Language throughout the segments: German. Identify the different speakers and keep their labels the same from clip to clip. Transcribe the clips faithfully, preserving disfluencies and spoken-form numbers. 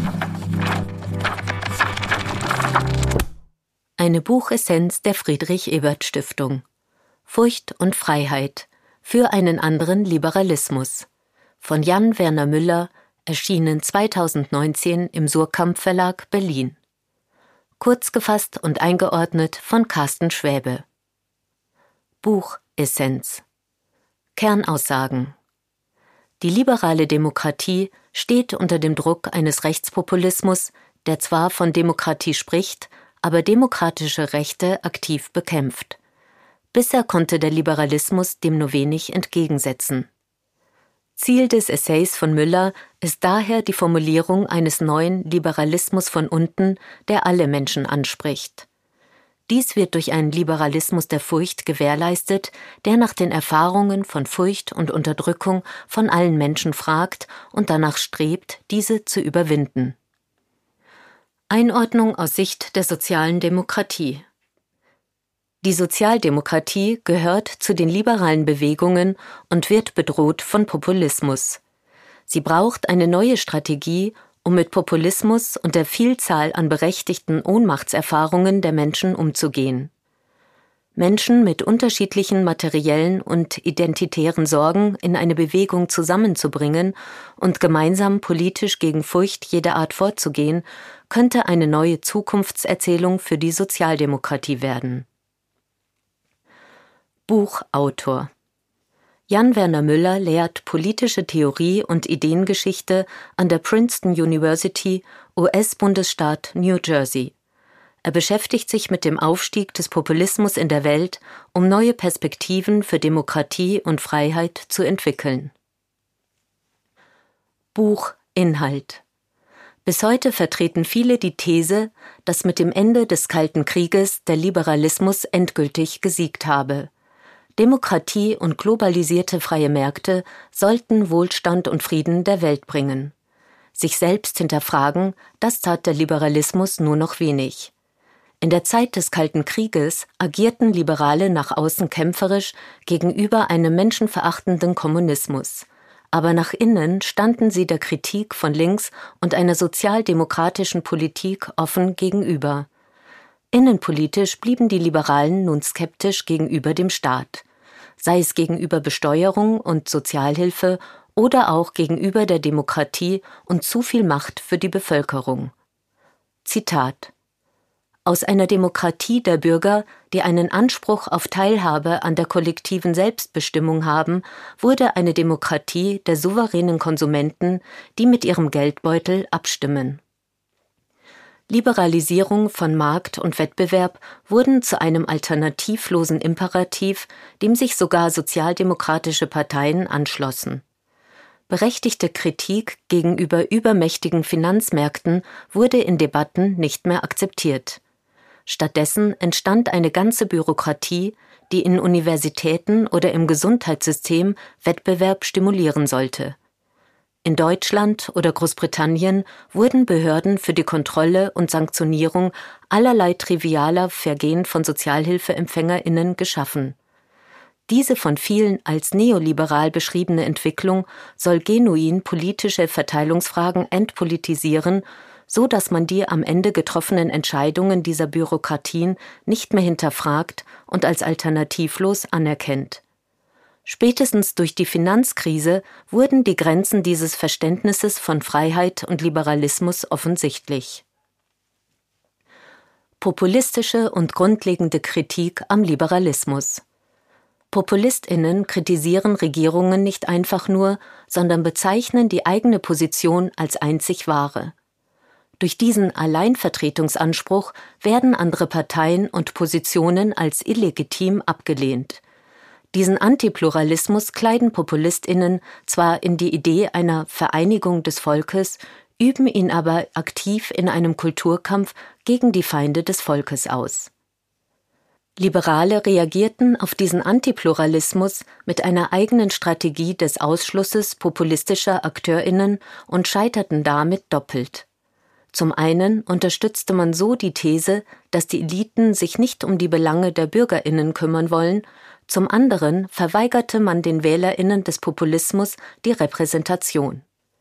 Speaker 1: Eine Buchessenz der Friedrich-Ebert-Stiftung. Furcht und Freiheit. Für einen anderen Liberalismus. Von Jan Werner Müller, erschienen zweitausendneunzehn im Suhrkamp Verlag, Berlin. Kurz gefasst und eingeordnet von Carsten Schwäbe. Buchessenz. Kernaussagen. Die liberale Demokratie steht unter dem Druck eines Rechtspopulismus, der zwar von Demokratie spricht, aber demokratische Rechte aktiv bekämpft. Bisher konnte der Liberalismus dem nur wenig entgegensetzen. Ziel des Essays von Müller ist daher die Formulierung eines neuen Liberalismus von unten, der alle Menschen anspricht. Dies wird durch einen Liberalismus der Furcht gewährleistet, der nach den Erfahrungen von Furcht und Unterdrückung von allen Menschen fragt und danach strebt, diese zu überwinden. Einordnung aus Sicht der sozialen Demokratie. Die Sozialdemokratie gehört zu den liberalen Bewegungen und wird bedroht von Populismus. Sie braucht eine neue Strategie, um mit Populismus und der Vielzahl an berechtigten Ohnmachtserfahrungen der Menschen umzugehen. Menschen mit unterschiedlichen materiellen und identitären Sorgen in eine Bewegung zusammenzubringen und gemeinsam politisch gegen Furcht jeder Art vorzugehen, könnte eine neue Zukunftserzählung für die Sozialdemokratie werden. Buchautor Jan Werner Müller lehrt politische Theorie und Ideengeschichte an der Princeton University, U S-Bundesstaat New Jersey. Er beschäftigt sich mit dem Aufstieg des Populismus in der Welt, um neue Perspektiven für Demokratie und Freiheit zu entwickeln. Buchinhalt. Bis heute vertreten viele die These, dass mit dem Ende des Kalten Krieges der Liberalismus endgültig gesiegt habe. Demokratie und globalisierte freie Märkte sollten Wohlstand und Frieden der Welt bringen. Sich selbst hinterfragen, das tat der Liberalismus nur noch wenig. In der Zeit des Kalten Krieges agierten Liberale nach außen kämpferisch gegenüber einem menschenverachtenden Kommunismus. Aber nach innen standen sie der Kritik von links und einer sozialdemokratischen Politik offen gegenüber. Innenpolitisch blieben die Liberalen nun skeptisch gegenüber dem Staat, sei es gegenüber Besteuerung und Sozialhilfe oder auch gegenüber der Demokratie und zu viel Macht für die Bevölkerung. Zitat: Aus einer Demokratie der Bürger, die einen Anspruch auf Teilhabe an der kollektiven Selbstbestimmung haben, wurde eine Demokratie der souveränen Konsumenten, die mit ihrem Geldbeutel abstimmen. Liberalisierung von Markt und Wettbewerb wurden zu einem alternativlosen Imperativ, dem sich sogar sozialdemokratische Parteien anschlossen. Berechtigte Kritik gegenüber übermächtigen Finanzmärkten wurde in Debatten nicht mehr akzeptiert. Stattdessen entstand eine ganze Bürokratie, die in Universitäten oder im Gesundheitssystem Wettbewerb stimulieren sollte. In Deutschland oder Großbritannien wurden Behörden für die Kontrolle und Sanktionierung allerlei trivialer Vergehen von SozialhilfeempfängerInnen geschaffen. Diese von vielen als neoliberal beschriebene Entwicklung soll genuin politische Verteilungsfragen entpolitisieren, so dass man die am Ende getroffenen Entscheidungen dieser Bürokratien nicht mehr hinterfragt und als alternativlos anerkennt. Spätestens durch die Finanzkrise wurden die Grenzen dieses Verständnisses von Freiheit und Liberalismus offensichtlich. Populistische und grundlegende Kritik am Liberalismus. PopulistInnen kritisieren Regierungen nicht einfach nur, sondern bezeichnen die eigene Position als einzig wahre. Durch diesen Alleinvertretungsanspruch werden andere Parteien und Positionen als illegitim abgelehnt. Diesen Antipluralismus kleiden PopulistInnen zwar in die Idee einer Vereinigung des Volkes, üben ihn aber aktiv in einem Kulturkampf gegen die Feinde des Volkes aus. Liberale reagierten auf diesen Antipluralismus mit einer eigenen Strategie des Ausschlusses populistischer AkteurInnen und scheiterten damit doppelt. Zum einen unterstützte man so die These, dass die Eliten sich nicht um die Belange der BürgerInnen kümmern wollen, zum anderen verweigerte man den WählerInnen des Populismus die Repräsentation.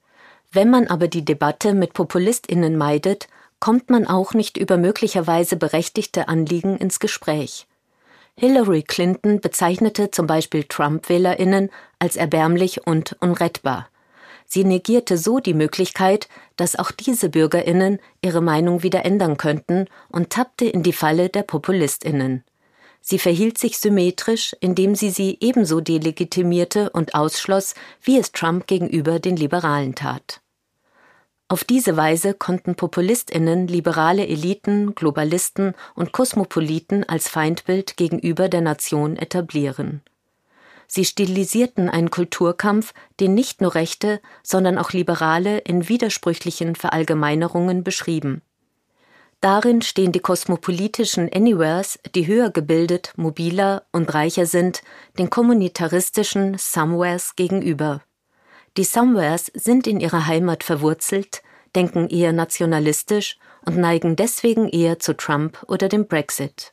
Speaker 1: Wenn man aber die Debatte mit PopulistInnen meidet, kommt man auch nicht über möglicherweise berechtigte Anliegen ins Gespräch. Hillary Clinton bezeichnete zum Beispiel Trump-WählerInnen als erbärmlich und unrettbar. Sie negierte so die Möglichkeit, dass auch diese BürgerInnen ihre Meinung wieder ändern könnten und tappte in die Falle der PopulistInnen. Sie verhielt sich symmetrisch, indem sie sie ebenso delegitimierte und ausschloss, wie es Trump gegenüber den Liberalen tat. Auf diese Weise konnten PopulistInnen liberale Eliten, Globalisten und Kosmopoliten als Feindbild gegenüber der Nation etablieren. Sie stilisierten einen Kulturkampf, den nicht nur Rechte, sondern auch Liberale in widersprüchlichen Verallgemeinerungen beschrieben. Darin stehen die kosmopolitischen Anywheres, die höher gebildet, mobiler und reicher sind, den kommunitaristischen Somewheres gegenüber. Die Somewheres sind in ihrer Heimat verwurzelt, denken eher nationalistisch und neigen deswegen eher zu Trump oder dem Brexit.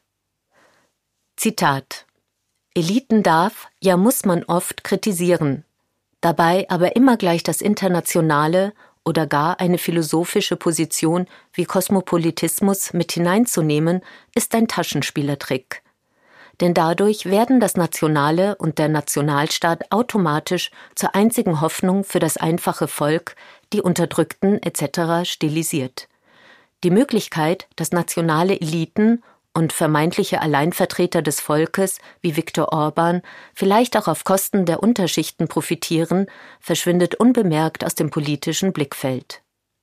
Speaker 1: Zitat: Eliten darf, ja muss man oft kritisieren. Dabei aber immer gleich das Internationale oder gar eine philosophische Position wie Kosmopolitismus mit hineinzunehmen, ist ein Taschenspielertrick. Denn dadurch werden das Nationale und der Nationalstaat automatisch zur einzigen Hoffnung für das einfache Volk, die Unterdrückten et cetera stilisiert. Die Möglichkeit, dass nationale Eliten und vermeintliche Alleinvertreter des Volkes wie Viktor Orban vielleicht auch auf Kosten der Unterschichten profitieren, verschwindet unbemerkt aus dem politischen Blickfeld.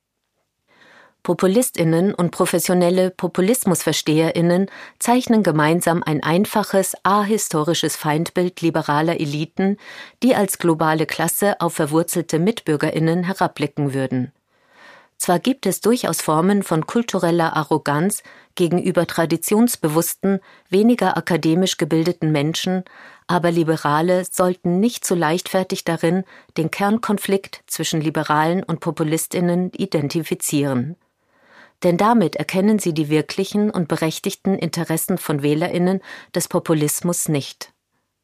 Speaker 1: PopulistInnen und professionelle PopulismusversteherInnen zeichnen gemeinsam ein einfaches, ahistorisches Feindbild liberaler Eliten, die als globale Klasse auf verwurzelte MitbürgerInnen herabblicken würden. Zwar gibt es durchaus Formen von kultureller Arroganz gegenüber traditionsbewussten, weniger akademisch gebildeten Menschen, aber Liberale sollten nicht zu leichtfertig darin den Kernkonflikt zwischen Liberalen und PopulistInnen identifizieren. Denn damit erkennen sie die wirklichen und berechtigten Interessen von WählerInnen des Populismus nicht.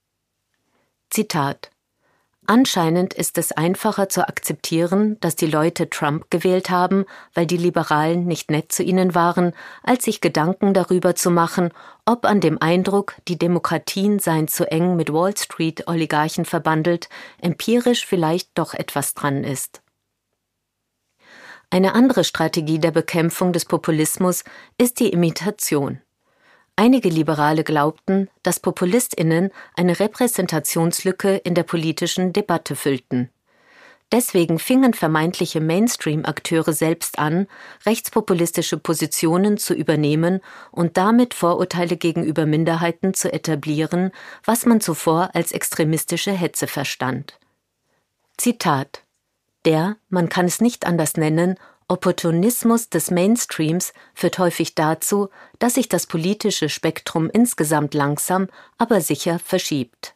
Speaker 1: Zitat: Anscheinend ist es einfacher zu akzeptieren, dass die Leute Trump gewählt haben, weil die Liberalen nicht nett zu ihnen waren, als sich Gedanken darüber zu machen, ob an dem Eindruck, die Demokratien seien zu eng mit Wall-Street-Oligarchen verbandelt, empirisch vielleicht doch etwas dran ist. Eine andere Strategie der Bekämpfung des Populismus ist die Imitation. Einige Liberale glaubten, dass PopulistInnen eine Repräsentationslücke in der politischen Debatte füllten. Deswegen fingen vermeintliche Mainstream-Akteure selbst an, rechtspopulistische Positionen zu übernehmen und damit Vorurteile gegenüber Minderheiten zu etablieren, was man zuvor als extremistische Hetze verstand. Zitat: Der, man kann es nicht anders nennen, Opportunismus des Mainstreams führt häufig dazu, dass sich das politische Spektrum insgesamt langsam, aber sicher verschiebt.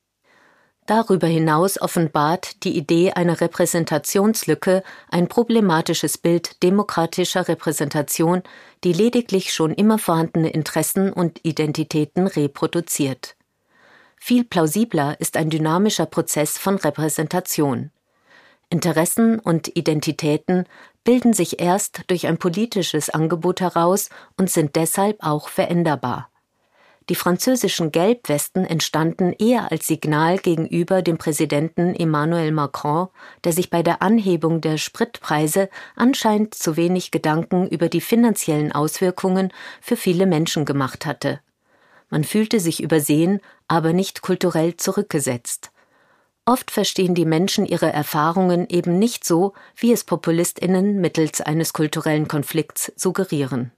Speaker 1: Darüber hinaus offenbart die Idee einer Repräsentationslücke ein problematisches Bild demokratischer Repräsentation, die lediglich schon immer vorhandene Interessen und Identitäten reproduziert. Viel plausibler ist ein dynamischer Prozess von Repräsentation. Interessen und Identitäten bilden sich erst durch ein politisches Angebot heraus und sind deshalb auch veränderbar. Die französischen Gelbwesten entstanden eher als Signal gegenüber dem Präsidenten Emmanuel Macron, der sich bei der Anhebung der Spritpreise anscheinend zu wenig Gedanken über die finanziellen Auswirkungen für viele Menschen gemacht hatte. Man fühlte sich übersehen, aber nicht kulturell zurückgesetzt. Oft verstehen die Menschen ihre Erfahrungen eben nicht so, wie es PopulistInnen mittels eines kulturellen Konflikts suggerieren.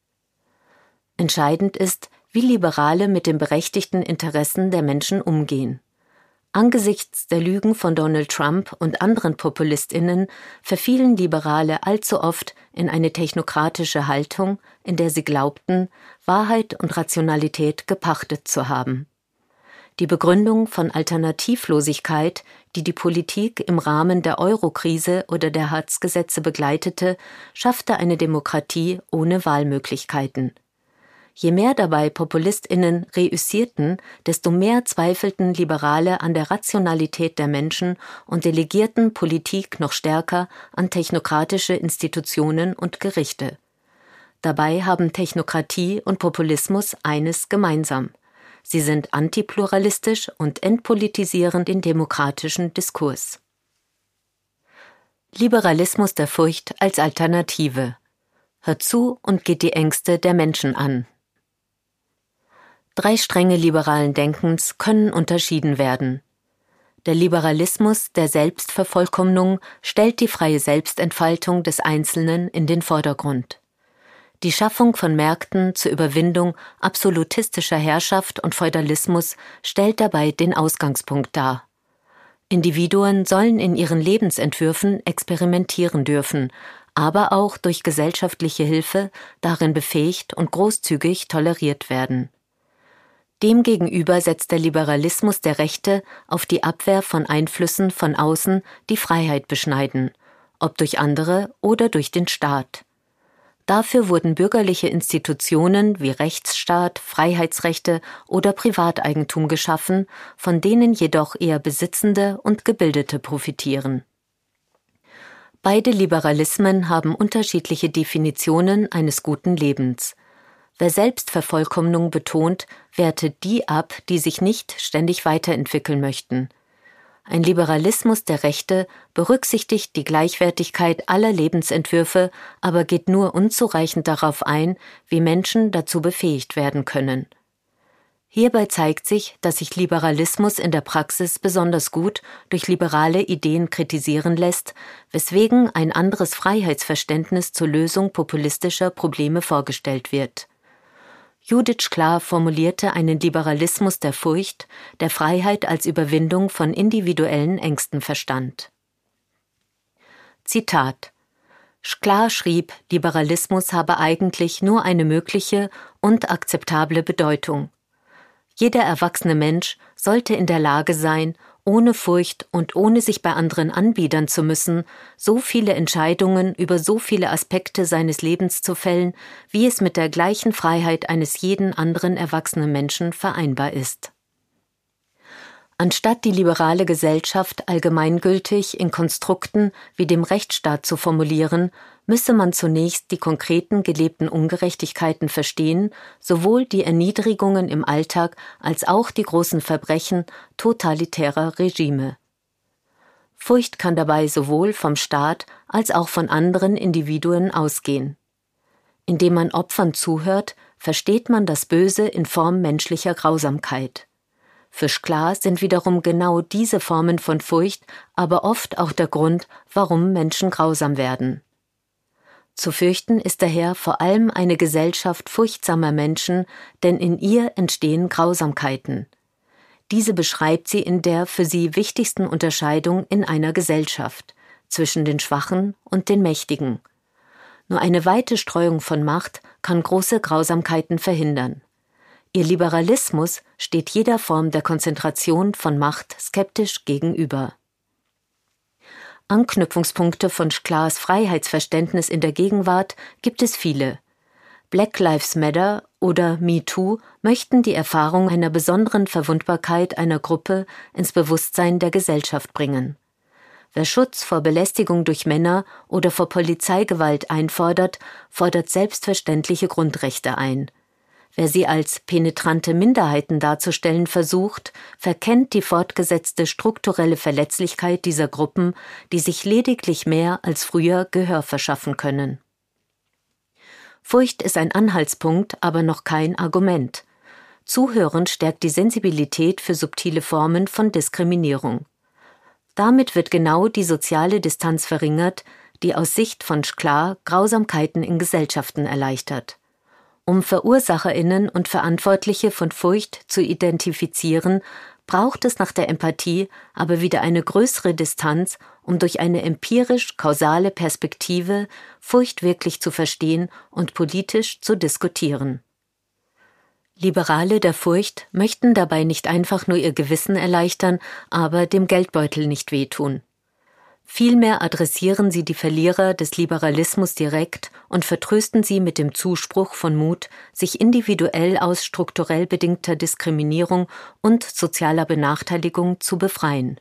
Speaker 1: Entscheidend ist, wie Liberale mit den berechtigten Interessen der Menschen umgehen. Angesichts der Lügen von Donald Trump und anderen PopulistInnen verfielen Liberale allzu oft in eine technokratische Haltung, in der sie glaubten, Wahrheit und Rationalität gepachtet zu haben. Die Begründung von Alternativlosigkeit, die die Politik im Rahmen der Euro-Krise oder der Hartz-Gesetze begleitete, schaffte eine Demokratie ohne Wahlmöglichkeiten. Je mehr dabei PopulistInnen reüssierten, desto mehr zweifelten Liberale an der Rationalität der Menschen und delegierten Politik noch stärker an technokratische Institutionen und Gerichte. Dabei haben Technokratie und Populismus eines gemeinsam: Sie sind antipluralistisch und entpolitisieren den demokratischen Diskurs. Liberalismus der Furcht als Alternative. Hört zu und geht die Ängste der Menschen an. Drei Stränge liberalen Denkens können unterschieden werden. Der Liberalismus der Selbstvervollkommnung stellt die freie Selbstentfaltung des Einzelnen in den Vordergrund. Die Schaffung von Märkten zur Überwindung absolutistischer Herrschaft und Feudalismus stellt dabei den Ausgangspunkt dar. Individuen sollen in ihren Lebensentwürfen experimentieren dürfen, aber auch durch gesellschaftliche Hilfe darin befähigt und großzügig toleriert werden. Demgegenüber setzt der Liberalismus der Rechte auf die Abwehr von Einflüssen von außen, die Freiheit beschneiden, ob durch andere oder durch den Staat. Dafür wurden bürgerliche Institutionen wie Rechtsstaat, Freiheitsrechte oder Privateigentum geschaffen, von denen jedoch eher Besitzende und Gebildete profitieren. Beide Liberalismen haben unterschiedliche Definitionen eines guten Lebens. Wer Selbstvervollkommnung betont, wertet die ab, die sich nicht ständig weiterentwickeln möchten. Ein Liberalismus der Rechte berücksichtigt die Gleichwertigkeit aller Lebensentwürfe, aber geht nur unzureichend darauf ein, wie Menschen dazu befähigt werden können. Hierbei zeigt sich, dass sich Liberalismus in der Praxis besonders gut durch liberale Ideen kritisieren lässt, weswegen ein anderes Freiheitsverständnis zur Lösung populistischer Probleme vorgestellt wird. Judith Shklar formulierte einen Liberalismus der Furcht, der Freiheit als Überwindung von individuellen Ängsten verstand. Zitat: Shklar schrieb, Liberalismus habe eigentlich nur eine mögliche und akzeptable Bedeutung. Jeder erwachsene Mensch sollte in der Lage sein, ohne Furcht und ohne sich bei anderen anbiedern zu müssen, so viele Entscheidungen über so viele Aspekte seines Lebens zu fällen, wie es mit der gleichen Freiheit eines jeden anderen erwachsenen Menschen vereinbar ist. Anstatt die liberale Gesellschaft allgemeingültig in Konstrukten wie dem Rechtsstaat zu formulieren, müsse man zunächst die konkreten gelebten Ungerechtigkeiten verstehen, sowohl die Erniedrigungen im Alltag als auch die großen Verbrechen totalitärer Regime. Furcht kann dabei sowohl vom Staat als auch von anderen Individuen ausgehen. Indem man Opfern zuhört, versteht man das Böse in Form menschlicher Grausamkeit. Für Shklar sind wiederum genau diese Formen von Furcht aber oft auch der Grund, warum Menschen grausam werden. Zu fürchten ist daher vor allem eine Gesellschaft furchtsamer Menschen, denn in ihr entstehen Grausamkeiten. Diese beschreibt sie in der für sie wichtigsten Unterscheidung in einer Gesellschaft, zwischen den Schwachen und den Mächtigen. Nur eine weite Streuung von Macht kann große Grausamkeiten verhindern. Ihr Liberalismus steht jeder Form der Konzentration von Macht skeptisch gegenüber. Anknüpfungspunkte von Shklars Freiheitsverständnis in der Gegenwart gibt es viele. Black Lives Matter oder MeToo möchten die Erfahrung einer besonderen Verwundbarkeit einer Gruppe ins Bewusstsein der Gesellschaft bringen. Wer Schutz vor Belästigung durch Männer oder vor Polizeigewalt einfordert, fordert selbstverständliche Grundrechte ein. Wer sie als penetrante Minderheiten darzustellen versucht, verkennt die fortgesetzte strukturelle Verletzlichkeit dieser Gruppen, die sich lediglich mehr als früher Gehör verschaffen können. Furcht ist ein Anhaltspunkt, aber noch kein Argument. Zuhören stärkt die Sensibilität für subtile Formen von Diskriminierung. Damit wird genau die soziale Distanz verringert, die aus Sicht von Shklar Grausamkeiten in Gesellschaften erleichtert. Um VerursacherInnen und Verantwortliche von Furcht zu identifizieren, braucht es nach der Empathie aber wieder eine größere Distanz, um durch eine empirisch-kausale Perspektive Furcht wirklich zu verstehen und politisch zu diskutieren. Liberale der Furcht möchten dabei nicht einfach nur ihr Gewissen erleichtern, aber dem Geldbeutel nicht wehtun. Vielmehr adressieren sie die Verlierer des Liberalismus direkt und vertrösten sie mit dem Zuspruch von Mut, sich individuell aus strukturell bedingter Diskriminierung und sozialer Benachteiligung zu befreien.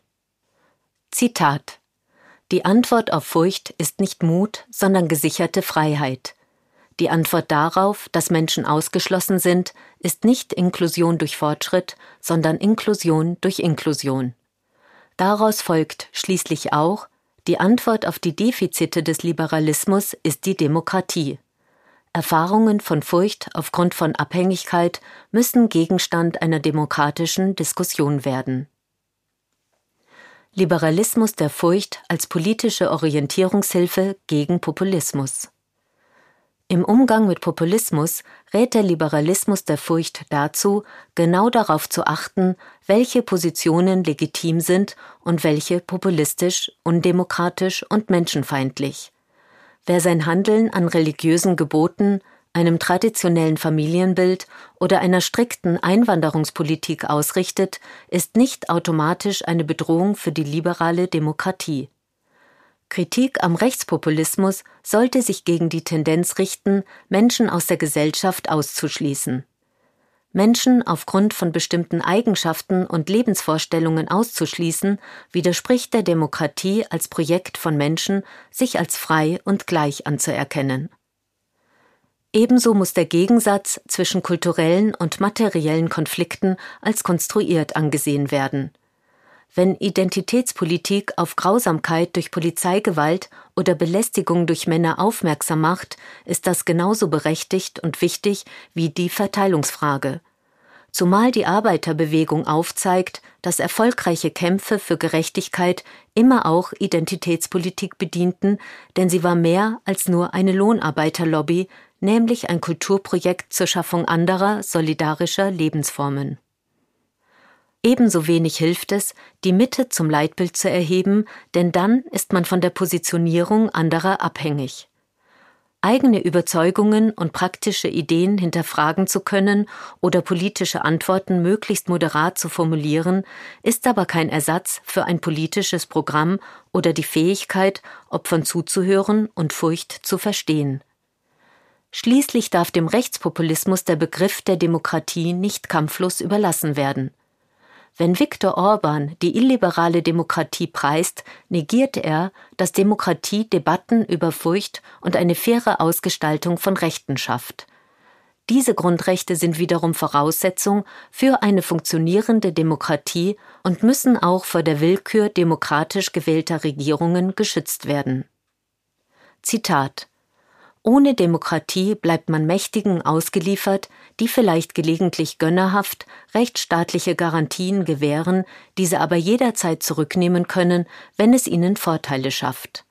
Speaker 1: Zitat: Die Antwort auf Furcht ist nicht Mut, sondern gesicherte Freiheit. Die Antwort darauf, dass Menschen ausgeschlossen sind, ist nicht Inklusion durch Fortschritt, sondern Inklusion durch Inklusion. Daraus folgt schließlich auch, die Antwort auf die Defizite des Liberalismus ist die Demokratie. Erfahrungen von Furcht aufgrund von Abhängigkeit müssen Gegenstand einer demokratischen Diskussion werden. Liberalismus der Furcht als politische Orientierungshilfe gegen Populismus. Im Umgang mit Populismus rät der Liberalismus der Furcht dazu, genau darauf zu achten, welche Positionen legitim sind und welche populistisch, undemokratisch und menschenfeindlich. Wer sein Handeln an religiösen Geboten, einem traditionellen Familienbild oder einer strikten Einwanderungspolitik ausrichtet, ist nicht automatisch eine Bedrohung für die liberale Demokratie. Kritik am Rechtspopulismus sollte sich gegen die Tendenz richten, Menschen aus der Gesellschaft auszuschließen. Menschen aufgrund von bestimmten Eigenschaften und Lebensvorstellungen auszuschließen, widerspricht der Demokratie als Projekt von Menschen, sich als frei und gleich anzuerkennen. Ebenso muss der Gegensatz zwischen kulturellen und materiellen Konflikten als konstruiert angesehen werden. Wenn Identitätspolitik auf Grausamkeit durch Polizeigewalt oder Belästigung durch Männer aufmerksam macht, ist das genauso berechtigt und wichtig wie die Verteilungsfrage. Zumal die Arbeiterbewegung aufzeigt, dass erfolgreiche Kämpfe für Gerechtigkeit immer auch Identitätspolitik bedienten, denn sie war mehr als nur eine Lohnarbeiterlobby, nämlich ein Kulturprojekt zur Schaffung anderer, solidarischer Lebensformen. Ebenso wenig hilft es, die Mitte zum Leitbild zu erheben, denn dann ist man von der Positionierung anderer abhängig. Eigene Überzeugungen und praktische Ideen hinterfragen zu können oder politische Antworten möglichst moderat zu formulieren, ist aber kein Ersatz für ein politisches Programm oder die Fähigkeit, Opfern zuzuhören und Furcht zu verstehen. Schließlich darf dem Rechtspopulismus der Begriff der Demokratie nicht kampflos überlassen werden. Wenn Viktor Orban die illiberale Demokratie preist, negiert er, dass Demokratie Debatten über Furcht und eine faire Ausgestaltung von Rechten schafft. Diese Grundrechte sind wiederum Voraussetzung für eine funktionierende Demokratie und müssen auch vor der Willkür demokratisch gewählter Regierungen geschützt werden. Zitat: Ohne Demokratie bleibt man Mächtigen ausgeliefert, die vielleicht gelegentlich gönnerhaft rechtsstaatliche Garantien gewähren, diese aber jederzeit zurücknehmen können, wenn es ihnen Vorteile schafft.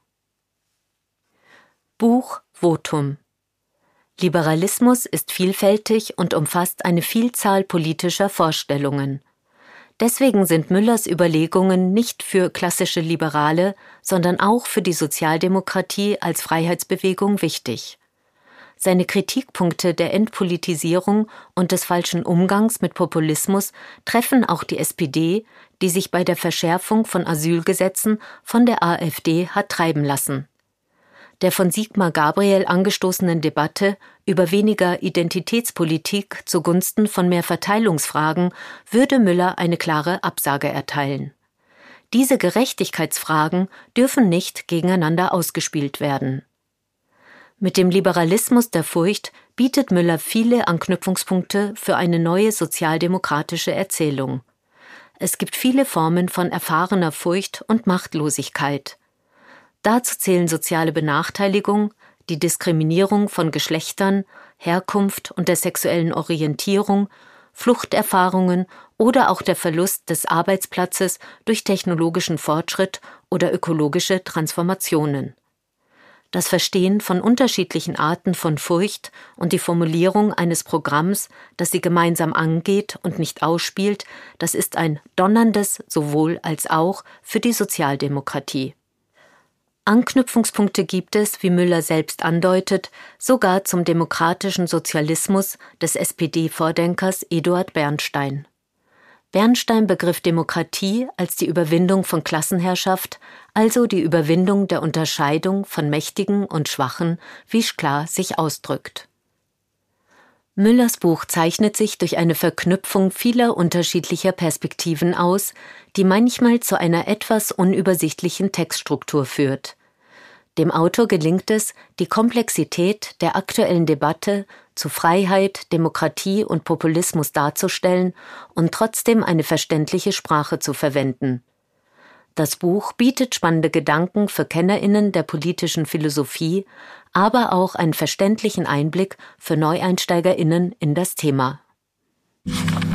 Speaker 1: Buch Votum. Liberalismus ist vielfältig und umfasst eine Vielzahl politischer Vorstellungen. Deswegen sind Müllers Überlegungen nicht für klassische Liberale, sondern auch für die Sozialdemokratie als Freiheitsbewegung wichtig. Seine Kritikpunkte der Entpolitisierung und des falschen Umgangs mit Populismus treffen auch die S P D, die sich bei der Verschärfung von Asylgesetzen von der AfD hat treiben lassen. Der von Sigmar Gabriel angestoßenen Debatte über weniger Identitätspolitik zugunsten von mehr Verteilungsfragen würde Müller eine klare Absage erteilen. Diese Gerechtigkeitsfragen dürfen nicht gegeneinander ausgespielt werden. Mit dem Liberalismus der Furcht bietet Müller viele Anknüpfungspunkte für eine neue sozialdemokratische Erzählung. Es gibt viele Formen von erfahrener Furcht und Machtlosigkeit. Dazu zählen soziale Benachteiligung, die Diskriminierung von Geschlechtern, Herkunft und der sexuellen Orientierung, Fluchterfahrungen oder auch der Verlust des Arbeitsplatzes durch technologischen Fortschritt oder ökologische Transformationen. Das Verstehen von unterschiedlichen Arten von Furcht und die Formulierung eines Programms, das sie gemeinsam angeht und nicht ausspielt, das ist ein donnerndes sowohl als auch für die Sozialdemokratie. Anknüpfungspunkte gibt es, wie Müller selbst andeutet, sogar zum demokratischen Sozialismus des S P D-Vordenkers Eduard Bernstein. Bernstein begriff Demokratie als die Überwindung von Klassenherrschaft, also die Überwindung der Unterscheidung von Mächtigen und Schwachen, wie Sklar sich ausdrückt. Müllers Buch zeichnet sich durch eine Verknüpfung vieler unterschiedlicher Perspektiven aus, die manchmal zu einer etwas unübersichtlichen Textstruktur führt. Dem Autor gelingt es, die Komplexität der aktuellen Debatte zu Freiheit, Demokratie und Populismus darzustellen und trotzdem eine verständliche Sprache zu verwenden. Das Buch bietet spannende Gedanken für KennerInnen der politischen Philosophie, aber auch einen verständlichen Einblick für NeueinsteigerInnen in das Thema.